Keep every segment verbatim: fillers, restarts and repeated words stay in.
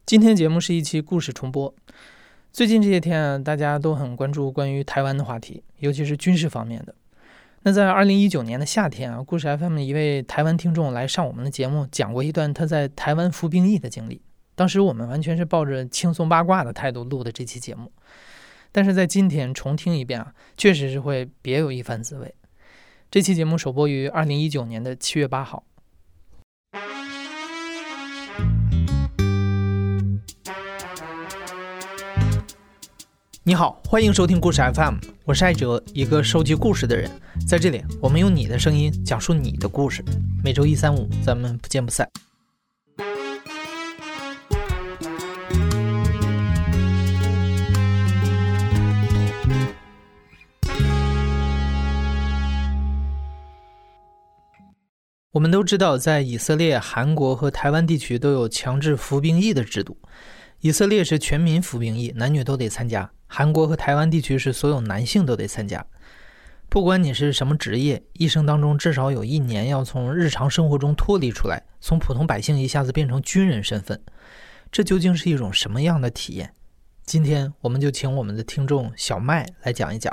今天节目是一期故事重播。最近这些天啊，大家都很关注关于台湾的话题，尤其是军事方面的。那在二零一九年的夏天啊，故事 F M 一位台湾听众来上我们的节目，讲过一段他在台湾服兵役的经历。当时我们完全是抱着轻松八卦的态度录的这期节目，但是在今天重听一遍啊，确实是会别有一番滋味。这期节目首播于二零一九年的七月八号。你好，欢迎收听故事 F M， 我是艾哲，一个收集故事的人。在这里，我们用你的声音讲述你的故事。每周一、三、五，咱们不见不散。我们都知道，在以色列、韩国和台湾地区都有强制服兵役的制度。以色列是全民服兵役，男女都得参加。韩国和台湾地区是所有男性都得参加。不管你是什么职业，一生当中至少有一年要从日常生活中脱离出来，从普通百姓一下子变成军人身份。这究竟是一种什么样的体验？今天我们就请我们的听众小麦来讲一讲。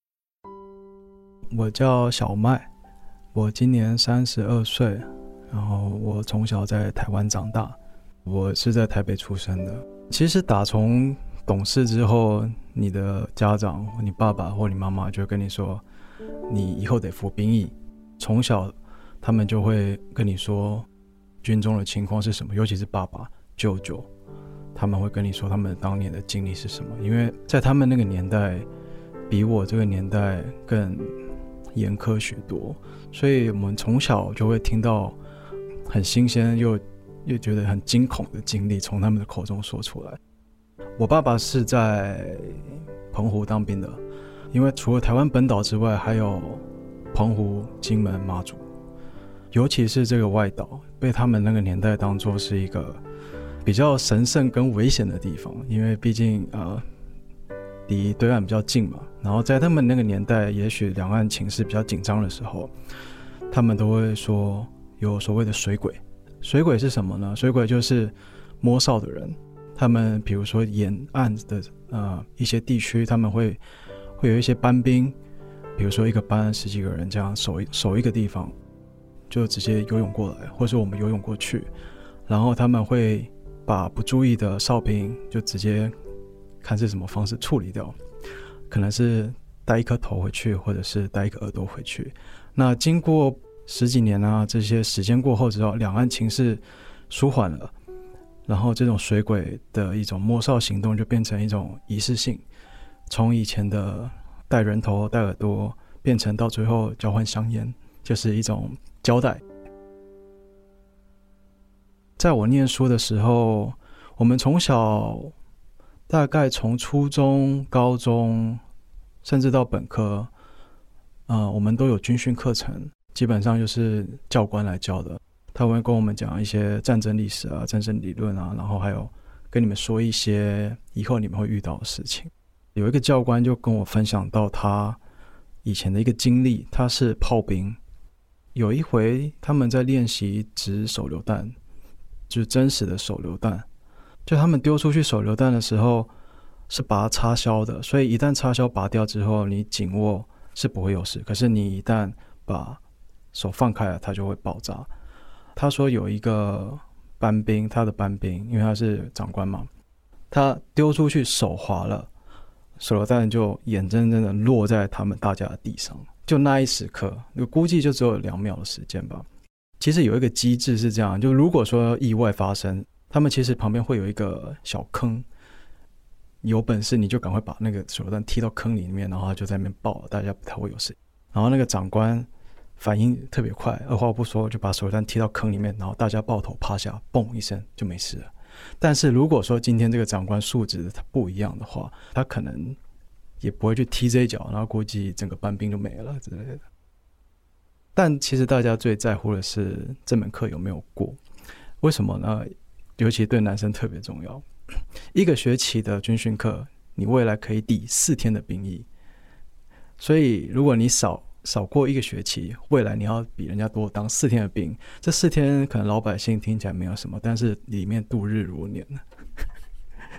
我叫小麦，我今年三十二岁，然后我从小在台湾长大，我是在台北出生的。其实打从懂事之后，你的家长你爸爸或你妈妈就会跟你说你以后得服兵役。从小他们就会跟你说军中的情况是什么，尤其是爸爸舅舅，他们会跟你说他们当年的经历是什么。因为在他们那个年代比我这个年代更严苛许多，所以我们从小就会听到很新鲜又又觉得很惊恐的经历从他们的口中说出来。我爸爸是在澎湖当兵的，因为除了台湾本岛之外，还有澎湖、金门、马祖，尤其是这个外岛被他们那个年代当作是一个比较神圣跟危险的地方，因为毕竟呃离对岸比较近嘛。然后在他们那个年代，也许两岸情势比较紧张的时候，他们都会说有所谓的水鬼。水鬼是什么呢？水鬼就是摸哨的人，他们比如说沿岸的呃一些地区，他们会会有一些班兵，比如说一个班十几个人这样守一守一个地方，就直接游泳过来，或者我们游泳过去，然后他们会把不注意的哨兵就直接看是什么方式处理掉，可能是带一颗头回去，或者是带一个耳朵回去。那经过十几年啊，这些时间过后之后，两岸情势舒缓了，然后这种水鬼的一种摸哨行动就变成一种仪式性，从以前的带人头带耳朵变成到最后交换香烟，就是一种交代。在我念书的时候，我们从小大概从初中、高中甚至到本科，呃，我们都有军训课程，基本上就是教官来教的。他会跟我们讲一些战争历史啊、战争理论啊，然后还有跟你们说一些以后你们会遇到的事情。有一个教官就跟我分享到他以前的一个经历，他是炮兵。有一回他们在练习掷手榴弹，就是真实的手榴弹，就他们丢出去手榴弹的时候是把它插销的，所以一旦插销拔掉之后，你紧握是不会有事，可是你一旦把手放开了，它就会爆炸。他说有一个班兵，他的班兵因为他是长官嘛，他丢出去手滑了，手榴弹就眼睁睁的落在他们大家的地上，就那一时刻，估计就只有两秒的时间吧。其实有一个机制是这样，就如果说意外发生，他们其实旁边会有一个小坑，有本事你就赶快把那个手榴弹踢到坑里面，然后他就在那边爆了，大家不太会有事。然后那个长官反应特别快，二话不说就把手榴弹踢到坑里面，然后大家抱头趴下，嘣一声就没事了。但是如果说今天这个长官素质他不一样的话，他可能也不会去踢这一脚，然后估计整个班兵就没了之类的。但其实大家最在乎的是这门课有没有过，为什么呢？尤其对男生特别重要。一个学期的军训课，你未来可以抵四天的兵役，所以如果你少少过一个学期，未来你要比人家多当四天的兵。这四天可能老百姓听起来没有什么，但是里面度日如年。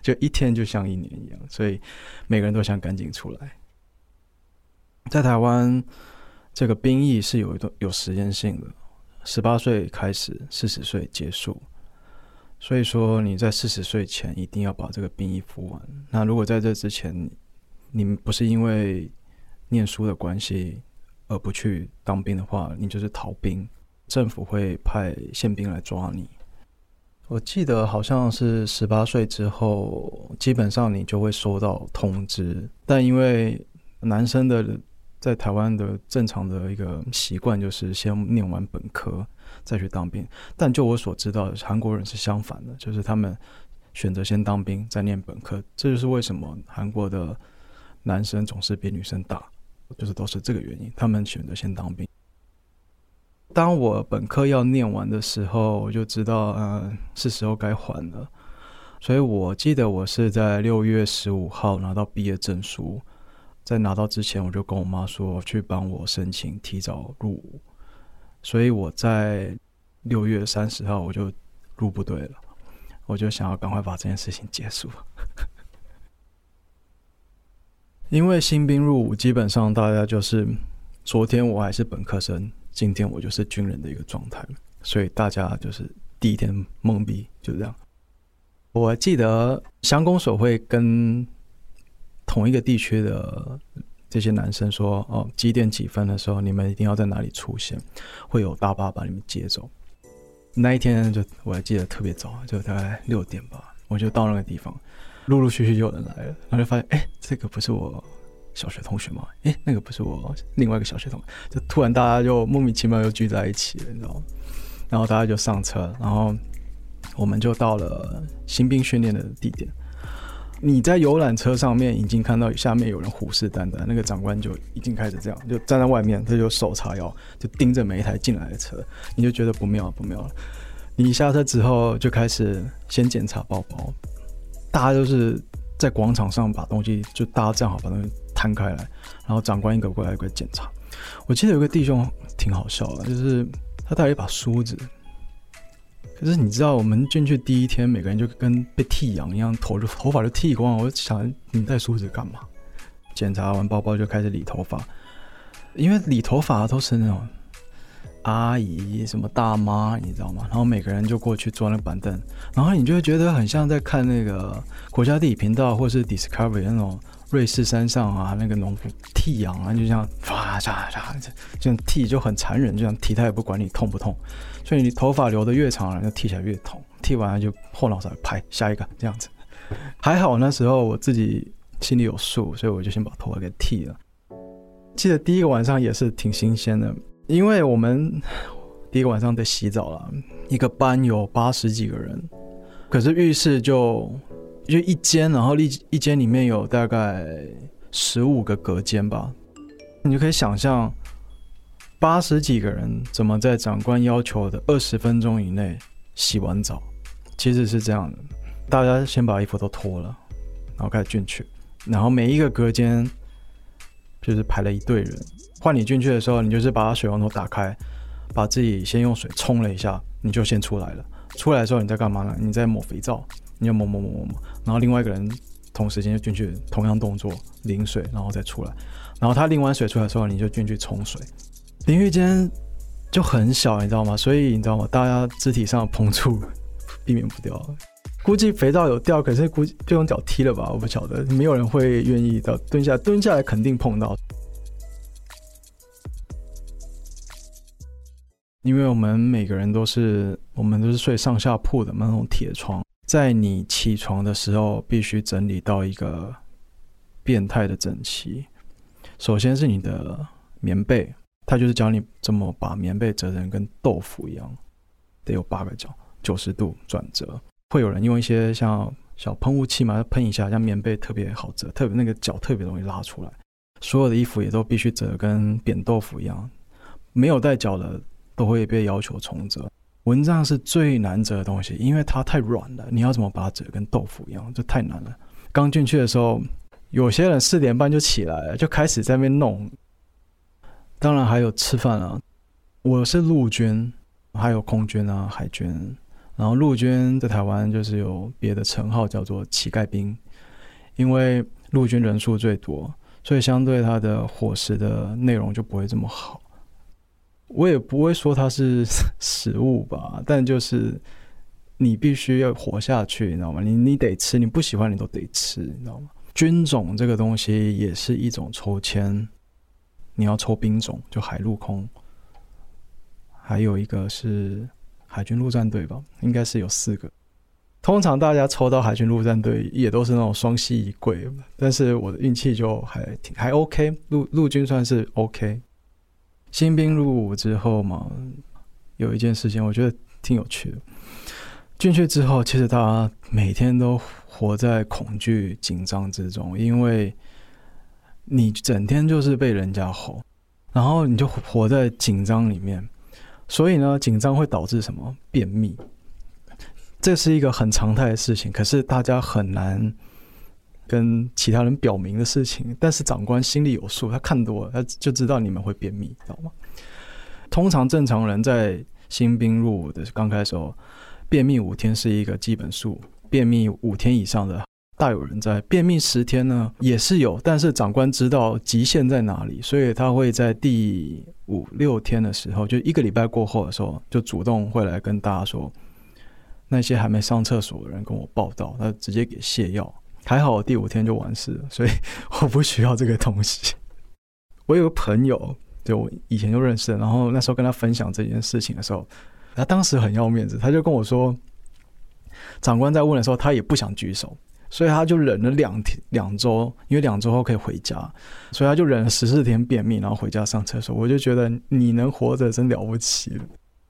就一天就像一年一样，所以每个人都想赶紧出来。在台湾，这个兵役是有一段有时间性的，十八岁开始，四十岁结束。所以说你在四十岁前一定要把这个兵役服完。那如果在这之前，你不是因为念书的关系而不去当兵的话，你就是逃兵，政府会派宪兵来抓你。我记得好像是十八岁之后，基本上你就会收到通知，但因为男生的在台湾的正常的一个习惯就是先念完本科再去当兵，但就我所知道的，韩国人是相反的，就是他们选择先当兵再念本科，这就是为什么韩国的男生总是比女生大，就是都是这个原因，他们选择先当兵。当我本科要念完的时候，我就知道呃是时候该还了，所以我记得我是在六月十五号拿到毕业证书，在拿到之前我就跟我妈说去帮我申请提早入伍，所以我在六月三十号我就入部队了，我就想要赶快把这件事情结束。因为新兵入伍基本上大家就是昨天我还是本科生，今天我就是军人的一个状态，所以大家就是第一天懵逼，就这样。我记得乡公所会跟同一个地区的这些男生说，哦，几点几分的时候你们一定要在哪里出现，会有大巴把你们接走。那一天就我还记得特别早，就大概六点吧，我就到那个地方，陆陆续续就有人来了，然后就发现，哎，这个不是我小学同学吗？哎，那个不是我另外一个小学同学，就突然大家就莫名其妙又聚在一起了，你知道吗？然后大家就上车，然后我们就到了新兵训练的地点。你在游览车上面已经看到下面有人虎视眈眈，那个长官就已经开始这样，就站在外面，他就手叉腰，就盯着每一台进来的车，你就觉得不妙不妙了。你下车之后就开始先检查包包，大家都是在广场上把东西就大家站好把东西摊开来，然后长官一个过来一个检查。我记得有个弟兄挺好笑的，就是他带了一把梳子，可是你知道我们进去第一天每个人就跟被剃羊一样，头就头发就剃光了，我就想你带梳子干嘛？检查完包包就开始理头发，因为理头发都是那种阿姨什么大妈你知道吗？然后每个人就过去坐那个板凳，然后你就会觉得很像在看那个国家地理频道或是 Discovery 那种瑞士山上啊那个农夫剃羊啊，就这样唰唰唰这样剃就很残忍，这样剃他也不管你痛不痛，所以你头发留得越长了就剃起来越痛，剃完了就后脑勺拍下一个这样子。还好那时候我自己心里有数，所以我就先把头发给剃了。记得第一个晚上也是挺新鲜的，因为我们第一个晚上得洗澡了，一个班有八十几个人，可是浴室就就一间，然后一一间里面有大概十五个隔间吧，你就可以想象八十几个人怎么在长官要求的二十分钟以内洗完澡。其实是这样的，大家先把衣服都脱了，然后开始进去，然后每一个隔间就是排了一队人，换你进去的时候，你就是把水龙头打开，把自己先用水冲了一下，你就先出来了。出来的时候你在干嘛呢？你在抹肥皂，你就抹抹抹抹抹，然后另外一个人同时间就进去，同样动作淋水，然后再出来，然后他淋完水出来的时候，你就进去冲水。淋浴间就很小，你知道吗？所以你知道吗？大家肢体上的碰触避免不掉。估计肥皂有掉，可是估计就用脚踢了吧，我不晓得，没有人会愿意到蹲下，蹲下来肯定碰到。因为我们每个人都是，我们都是睡上下铺的那种铁床，在你起床的时候必须整理到一个变态的整齐。首先是你的棉被，他就是教你怎么把棉被折成跟豆腐一样，得有八个角，九十度转折。会有人用一些像小喷雾器嘛，喷一下，像棉被特别好折，特别那个角特别容易拉出来。所有的衣服也都必须折跟扁豆腐一样，没有带角的都会被要求重折。蚊帐是最难折的东西，因为它太软了，你要怎么把它折跟豆腐一样，就太难了。刚进去的时候，有些人四点半就起来了，就开始在那边弄。当然还有吃饭啊，我是陆军，还有空军啊、海军， 然后陆军在台湾就是有别的称号叫做乞丐兵，因为陆军人数最多，所以相对它的伙食的内容就不会这么好。我也不会说它是食物吧，但就是你必须要活下去，你知道吗？你你得吃，你不喜欢你都得吃，你知道吗？军种这个东西也是一种抽签，你要抽兵种，就海陆空，还有一个是海军陆战队吧，应该是有四个。通常大家抽到海军陆战队也都是那种双膝一跪，但是我的运气就还挺还 OK， 陆陆军算是 OK。新兵入伍之后嘛，有一件事情我觉得挺有趣的。进去之后，其实他每天都活在恐惧、紧张之中，因为你整天就是被人家吼，然后你就活在紧张里面。所以呢，紧张会导致什么？便秘。这是一个很常态的事情，可是大家很难跟其他人表明的事情。但是长官心里有数，他看多了，他就知道你们会便秘，知道吗？通常正常人在新兵入伍的刚开始时候，便秘五天是一个基本数，便秘五天以上的大有人在，便秘十天呢也是有，但是长官知道极限在哪里，所以他会在第五六天的时候，就一个礼拜过后的时候，就主动会来跟大家说，那些还没上厕所的人跟我报到，他直接给泻药。还好我第五天就完事了，所以我不需要这个东西。我有个朋友，就我以前就认识，然后那时候跟他分享这件事情的时候，他当时很要面子，他就跟我说，长官在问的时候，他也不想举手，所以他就忍了两天两周，因为两周后可以回家，所以他就忍了十四天便秘，然后回家上厕所。我就觉得你能活着真了不起了。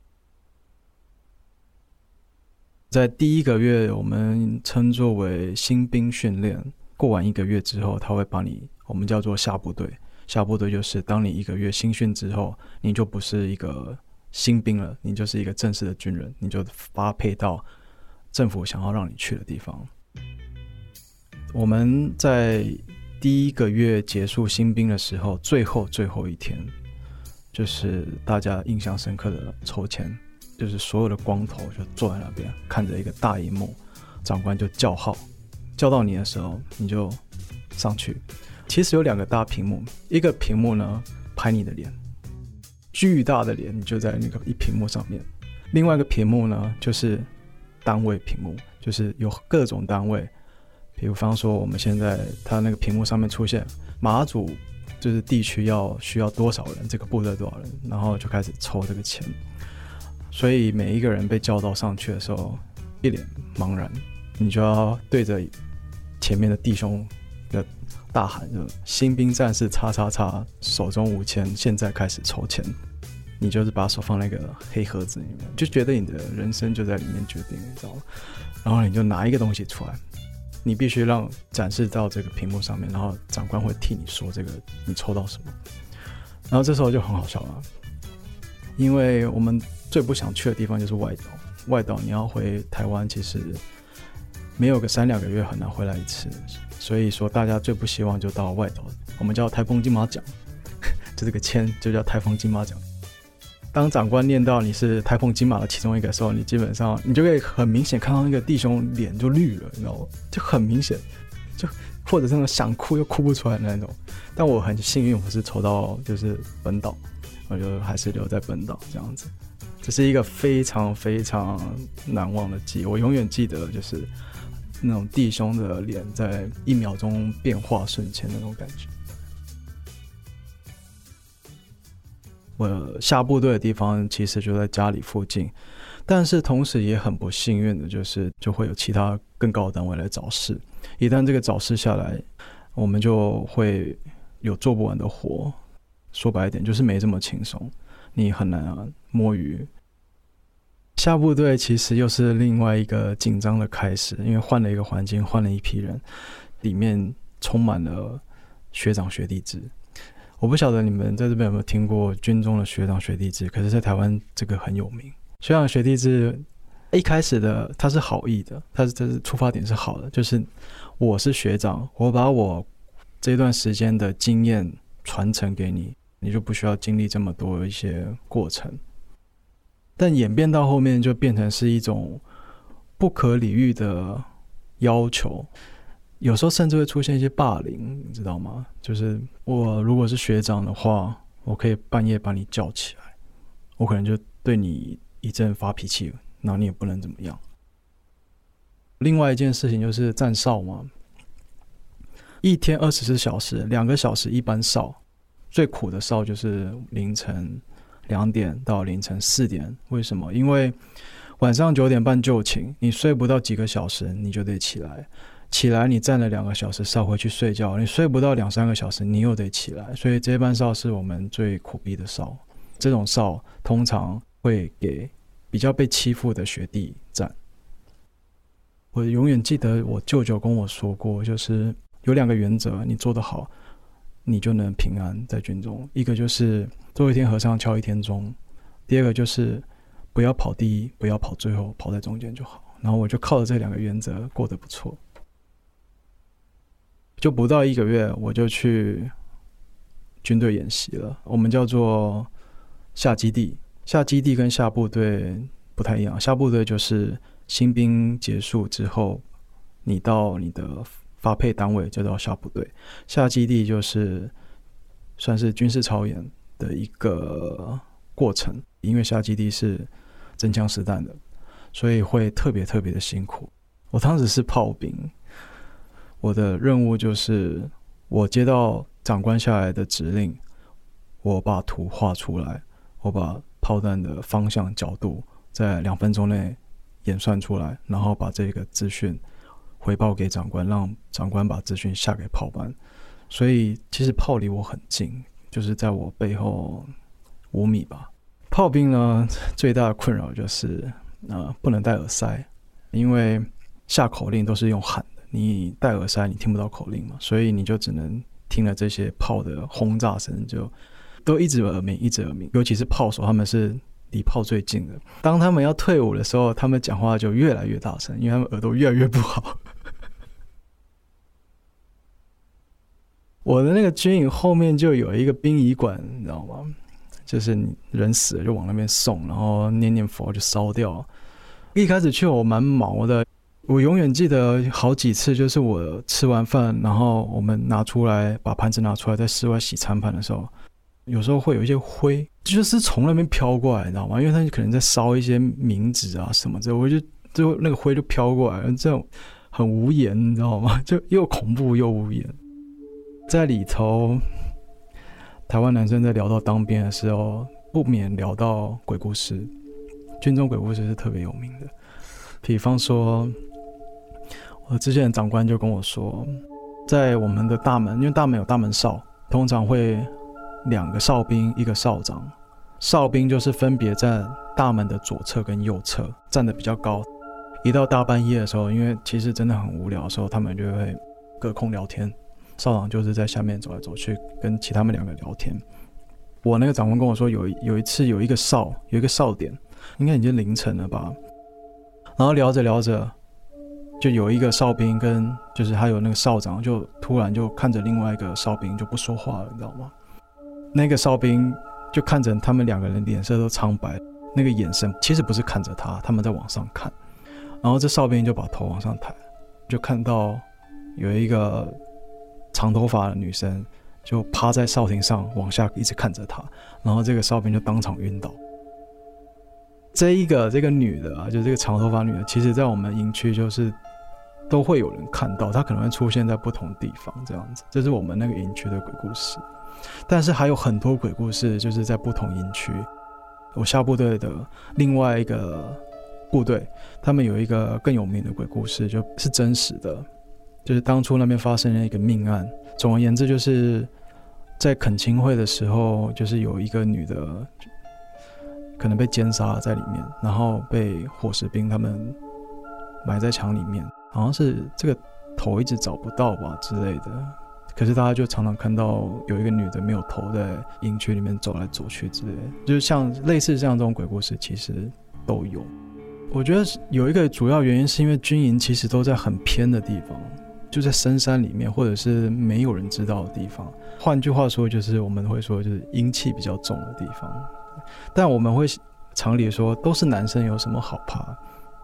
在第一个月，我们称作为新兵训练，过完一个月之后，他会把你，我们叫做下部队。下部队就是当你一个月新训之后，你就不是一个新兵了，你就是一个正式的军人，你就发配到政府想要让你去的地方。我们在第一个月结束新兵的时候，最后最后一天，就是大家印象深刻的抽签，就是所有的光头就坐在那边看着一个大萤幕，长官就叫号，叫到你的时候你就上去。其实有两个大屏幕，一个屏幕呢拍你的脸，巨大的脸，你就在那个一屏幕上面。另外一个屏幕呢就是单位屏幕，就是有各种单位，比方说我们现在它那个屏幕上面出现马祖就是地区要需要多少人，这个部队多少人，然后就开始抽这个钱。所以每一个人被叫到上去的时候一脸茫然，你就要对着前面的弟兄的大喊，就新兵战士叉叉叉手中无钱，现在开始抽钱。你就是把手放在那个黑盒子里面，就觉得你的人生就在里面决定，你知道吗？然后你就拿一个东西出来，你必须让展示到这个屏幕上面，然后长官会替你说这个你抽到什么。然后这时候就很好笑了，因为我们最不想去的地方就是外岛。外岛你要回台湾，其实没有个三两个月很难回来一次，所以说大家最不希望就到外岛，我们叫台风金马奖，就这个签就叫台风金马奖。当长官念到你是台风金马的其中一个的时候，你基本上你就可以很明显看到那个弟兄脸就绿了，你知道吗？就很明显，就或者是那种想哭又哭不出来的那种。但我很幸运，我是抽到就是本岛，我就还是留在本岛这样子。这是一个非常非常难忘的记忆，我永远记得就是那种弟兄的脸在一秒钟变化瞬间那种感觉。我下部队的地方其实就在家里附近，但是同时也很不幸运的就是就会有其他更高的单位来找事，一旦这个找事下来，我们就会有做不完的活，说白一点就是没这么轻松，你很难、啊、摸鱼。下部队其实又是另外一个紧张的开始，因为换了一个环境，换了一批人，里面充满了学长学弟制。我不晓得你们在这边有没有听过军中的学长学弟制，可是在台湾这个很有名。学长学弟制一开始的它是好意的，它是它是出发点是好的，就是我是学长，我把我这段时间的经验传承给你，你就不需要经历这么多一些过程。但演变到后面就变成是一种不可理喻的要求，有时候甚至会出现一些霸凌，你知道吗？就是我如果是学长的话，我可以半夜把你叫起来，我可能就对你一阵发脾气，然后你也不能怎么样。另外一件事情就是站哨嘛，一天二十四小时，两个小时一班哨，最苦的哨就是凌晨两点到凌晨四点。为什么？因为晚上九点半就寝，你睡不到几个小时，你就得起来。起来你站了两个小时哨回去睡觉，你睡不到两三个小时，你又得起来。所以这班哨是我们最苦逼的哨。这种哨通常会给比较被欺负的学弟站。我永远记得我舅舅跟我说过，就是有两个原则，你做得好，你就能平安在军中。一个就是做一天和尚敲一天钟，第二个就是不要跑第一，不要跑最后，跑在中间就好。然后我就靠着这两个原则过得不错。就不到一个月，我就去军队演习了。我们叫做下基地，下基地跟下部队不太一样。下部队就是新兵结束之后，你到你的发配单位就叫下部队。下基地就是算是军事操演的一个过程，因为下基地是真枪实弹的，所以会特别特别的辛苦。我当时是炮兵。我的任务就是我接到长官下来的指令，我把图画出来，我把炮弹的方向角度在两分钟内演算出来，然后把这个资讯回报给长官，让长官把资讯下给炮班。所以其实炮离我很近，就是在我背后五米吧。炮兵呢最大的困扰就是、呃、不能戴耳塞，因为下口令都是用喊的，你戴耳塞你听不到口令嘛，所以你就只能听了这些炮的轰炸声，就都一直耳鸣一直耳鸣。尤其是炮手，他们是离炮最近的，当他们要退伍的时候，他们讲话就越来越大声，因为他们耳朵越来越不好。我的那个军营后面就有一个殡仪馆，你知道吗？就是你人死了就往那边送，然后念念佛就烧掉。一开始去我蛮毛的，我永远记得好几次，就是我吃完饭，然后我们拿出来把盘子拿出来，在室外洗餐盘的时候，有时候会有一些灰，就是从那边飘过来，你知道吗？因为他可能在烧一些冥纸啊什么的，我就就那个灰就飘过来，这种很无言，你知道吗？就又恐怖又无言。在里头，台湾男生在聊到当兵的时候，不免聊到鬼故事。军中鬼故事是特别有名的，比方说，我之前的长官就跟我说，在我们的大门，因为大门有大门哨，通常会两个哨兵，一个哨长。哨兵就是分别站大门的左侧跟右侧，站得比较高。一到大半夜的时候，因为其实真的很无聊的时候，他们就会隔空聊天。哨长就是在下面走来走去，跟其他们两个聊天。我那个长官跟我说有，有一次有一个哨，有一个哨点，应该已经凌晨了吧。然后聊着聊着，就有一个哨兵跟就是他有那个哨长，就突然就看着另外一个哨兵就不说话了，你知道吗？那个哨兵就看着他们两个人脸色都苍白，那个眼神其实不是看着他，他们在往上看。然后这哨兵就把头往上抬，就看到有一个长头发的女生就趴在哨亭上往下一直看着他，然后这个哨兵就当场晕倒。这一个这个女的啊，就这个长头发女的，其实在我们营区就是都会有人看到，她可能会出现在不同地方这样子，这是我们那个营区的鬼故事。但是还有很多鬼故事就是在不同营区。我下部队的另外一个部队，他们有一个更有名的鬼故事，就是真实的，就是当初那边发生了一个命案。总而言之，就是在恳亲会的时候，就是有一个女的可能被奸杀在里面，然后被伙食兵他们埋在墙里面，好像是这个头一直找不到吧之类的。可是大家就常常看到有一个女的没有头在营区里面走来走去之类的，就是像类似像这种鬼故事其实都有。我觉得有一个主要原因是因为军营其实都在很偏的地方，就在深山里面，或者是没有人知道的地方。换句话说，就是我们会说就是阴气比较重的地方。但我们会常理说，都是男生有什么好怕？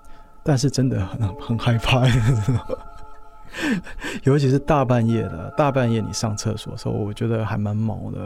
但是真的很很害怕尤其是大半夜的，大半夜你上厕所的时候，我觉得还蛮毛的。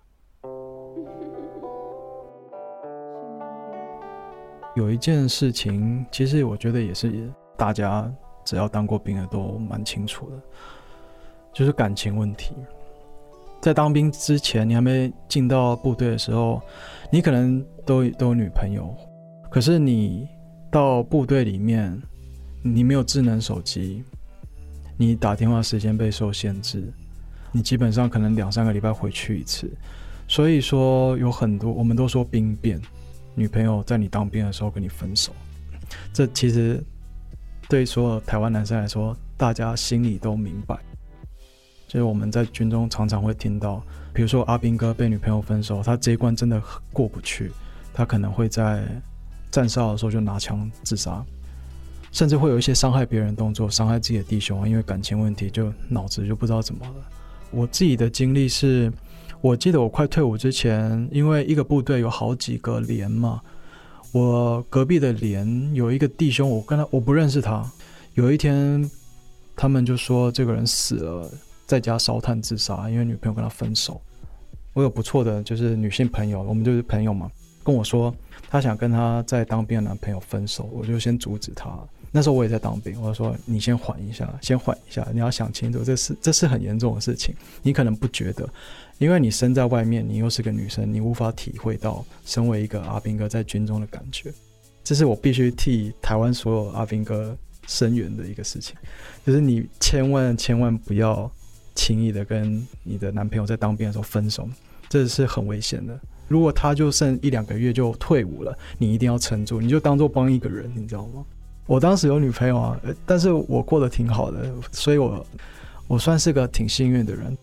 有一件事情，其实我觉得也是大家只要当过兵的都蛮清楚的，就是感情问题。在当兵之前，你还没进到部队的时候，你可能都都有女朋友，可是你到部队里面，你没有智能手机，你打电话时间被受限制，你基本上可能两三个礼拜回去一次，所以说有很多我们都说兵变，女朋友在你当兵的时候跟你分手，这其实对所有台湾男生来说，大家心里都明白。就是我们在军中常常会听到，比如说阿兵哥被女朋友分手，他这一关真的过不去，他可能会在站哨的时候就拿枪自杀，甚至会有一些伤害别人的动作，伤害自己的弟兄，因为感情问题就脑子就不知道怎么了。我自己的经历是，我记得我快退伍之前，因为一个部队有好几个连嘛，我隔壁的连有一个弟兄，我跟他我不认识他，有一天他们就说这个人死了，在家烧炭自杀，因为女朋友跟他分手。我有不错的就是女性朋友，我们就是朋友嘛，跟我说他想跟他在当兵的男朋友分手，我就先阻止他。那时候我也在当兵，我就说你先缓一下，先缓一下，你要想清楚，这是这是很严重的事情，你可能不觉得，因为你身在外面，你又是个女生，你无法体会到身为一个阿兵哥在军中的感觉。这是我必须替台湾所有阿兵哥声援的一个事情，就是你千万千万不要轻易的跟你的男朋友在当兵的时候分手，这是很危险的。如果他就剩一两个月就退伍了，你一定要撑住，你就当作帮一个人，你知道吗？我当时有女朋友啊，但是我过得挺好的，所以我我算是个挺幸运的人。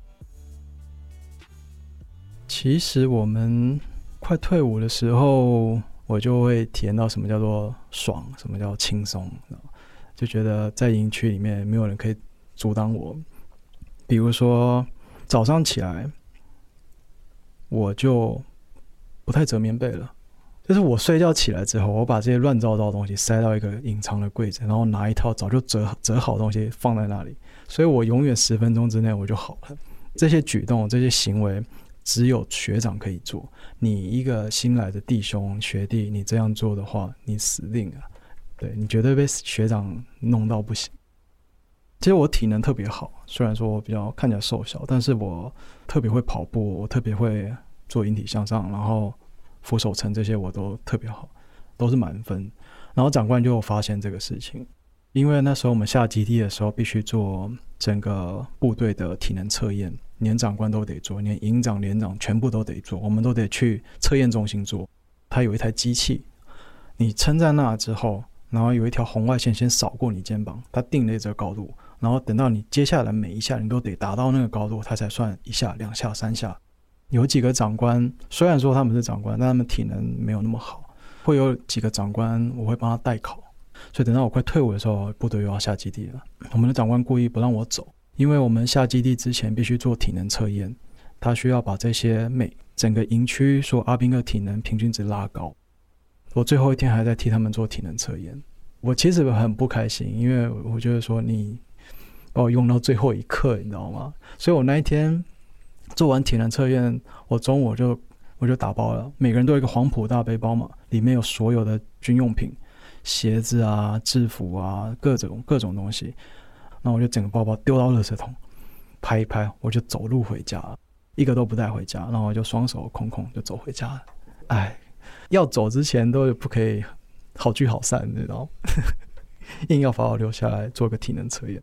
其实我们快退伍的时候，我就会体验到什么叫做爽，什么叫轻松，就觉得在营区里面没有人可以阻挡我。比如说早上起来，我就不太折棉被了，就是我睡觉起来之后，我把这些乱糟糟的东西塞到一个隐藏的柜子，然后拿一套早就折折好的东西放在那里，所以我永远十分钟之内我就好了。这些举动这些行为只有学长可以做，你一个新来的弟兄学弟，你这样做的话，你死定了，对，你绝对被学长弄到不行。其实我体能特别好，虽然说我比较看起来瘦小，但是我特别会跑步，我特别会做引体向上，然后俯首撑这些我都特别好，都是满分。然后长官就有发现这个事情，因为那时候我们下基地的时候必须做整个部队的体能测验，连长官都得做，连营长连长全部都得做，我们都得去测验中心做。他有一台机器，你撑在那之后，然后有一条红外线先扫过你肩膀，它定了这个高度，然后等到你接下来每一下你都得达到那个高度，它才算一下两下三下。有几个长官虽然说他们是长官，但他们体能没有那么好，会有几个长官我会帮他代考，所以等到我快退伍的时候，部队又要下基地了，我们的长官故意不让我走，因为我们下基地之前必须做体能测验，他需要把这些每整个营区所有阿兵哥体能平均值拉高。我最后一天还在替他们做体能测验，我其实很不开心，因为我觉得说你把我用到最后一刻，你知道吗？所以我那一天做完体能测验，我中午就我就打包了，每个人都有一个黄埔大背包嘛，里面有所有的军用品，鞋子啊、制服啊，各种各种东西。那我就整个包包丢到垃圾桶，拍一拍，我就走路回家了，一个都不带回家，然后我就双手空空就走回家了。哎，要走之前都不可以好聚好散，你知道吗？硬要把我留下来做个体能测验。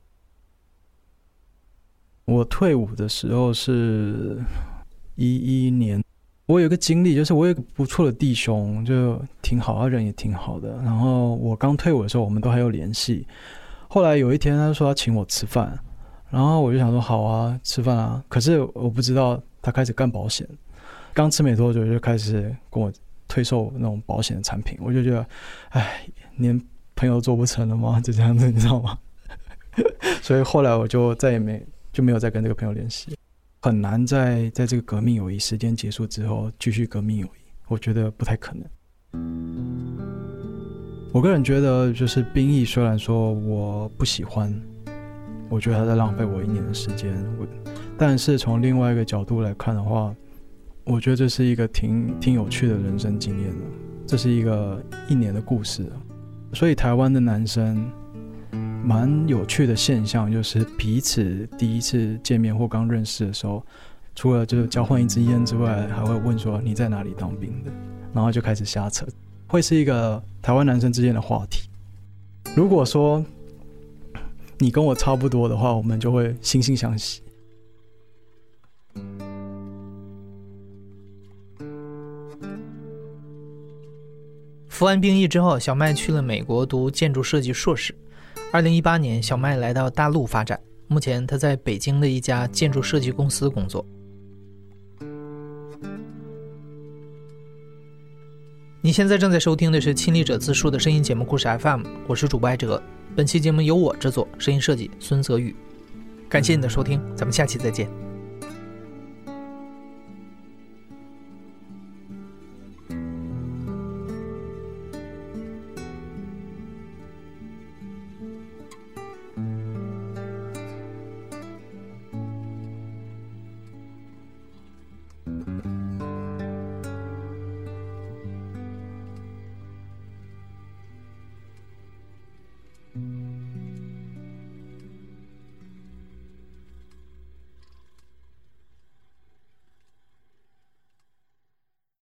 我退伍的时候是一一年，我有一个经历，就是我有一个不错的弟兄，就挺好，他人也挺好的。然后我刚退伍的时候，我们都还有联系。后来有一天，他说要请我吃饭，然后我就想说好啊，吃饭啊。可是我不知道他开始干保险，刚吃没多久就开始跟我推售那种保险的产品，我就觉得，哎，连朋友做不成了吗？就这样子，你知道吗？所以后来我就再也没。就没有再跟这个朋友联系，很难在在这个革命友谊时间结束之后继续革命友谊，我觉得不太可能。 我个人觉得，就是兵役虽然说我不喜欢，我觉得他在浪费我一年的时间，我但是从另外一个角度来看的话，我觉得这是一个挺挺有趣的人生经验的，这是一个一年的故事。所以台湾的男生蛮有趣的现象，就是彼此第一次见面或刚认识的时候，除了就是交换一支烟之外，还会问说你在哪里当兵的，然后就开始瞎扯，会是一个台湾男生之间的话题。如果说你跟我差不多的话，我们就会惺惺相惜。 服完兵役之后，小麦去了美国读建筑设计硕士。二零一八年，小麦来到大陆发展，目前他在北京的一家建筑设计公司工作。你现在正在收听的是亲历者自述的声音节目故事 F M， 我是主播艾哲。本期节目由我制作，声音设计孙泽宇。感谢你的收听，咱们下期再见。